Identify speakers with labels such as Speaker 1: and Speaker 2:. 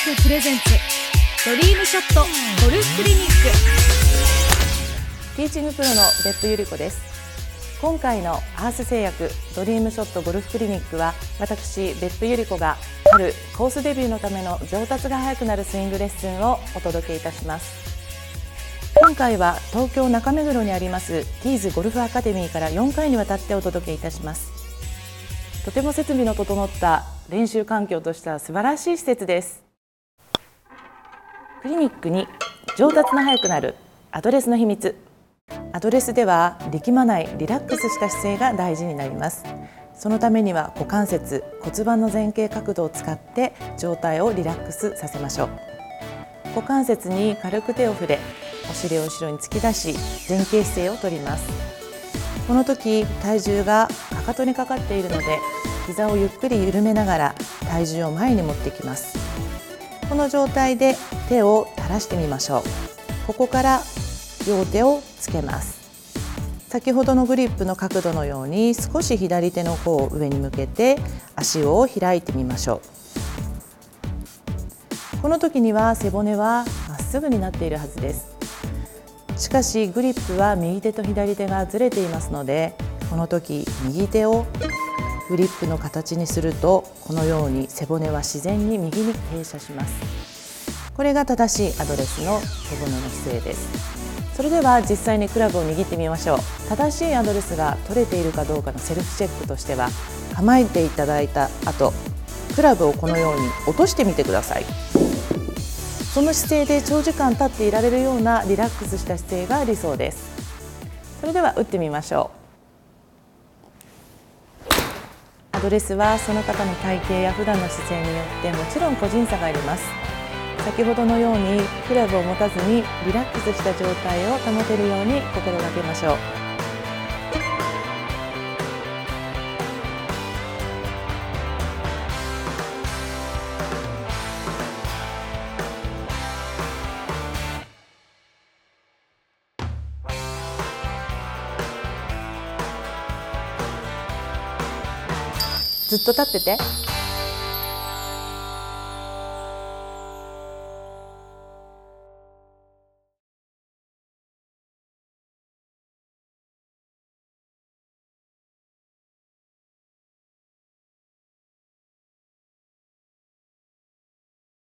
Speaker 1: フプレゼンツドリームショットゴルフクリニック。
Speaker 2: ティーチングプロの別府由里子です。今回のアース製薬ドリームショットゴルフクリニックは、私別府由里子が春コースデビューのための上達が早くなるスイングレッスンをお届けいたします。今回は東京中目黒にありますティーズゴルフアカデミーから4回にわたってお届けいたします。とても設備の整った練習環境としては素晴らしい施設です。クリニックに上達の早くなるアドレスの秘密。アドレスでは力まないリラックスした姿勢が大事になります。そのためには股関節、骨盤の前傾角度を使って上体をリラックスさせましょう。股関節に軽く手を触れ、お尻を後ろに突き出し前傾姿勢をとります。この時体重がかかとにかかっているので、膝をゆっくり緩めながら体重を前に持ってきます。この状態で手を垂らしてみましょう。ここから両手をつけます。先ほどのグリップの角度のように少し左手の甲を上に向けて足を開いてみましょう。この時には背骨はまっすぐになっているはずです。しかしグリップは右手と左手がずれていますので、この時右手をグリップの形にすると、このように背骨は自然に右に傾斜します。これが正しいアドレスの背骨の姿勢です。それでは実際にクラブを握ってみましょう。正しいアドレスが取れているかどうかのセルフチェックとしては、構えていただいた後、クラブをこのように落としてみてください。その姿勢で長時間立っていられるようなリラックスした姿勢が理想です。それでは打ってみましょう。アドレスはその方の体型や普段の姿勢によってもちろん個人差があります。先ほどのようにクラブを持たずにリラックスした状態を保てるように心がけましょう。ずっと立ってて。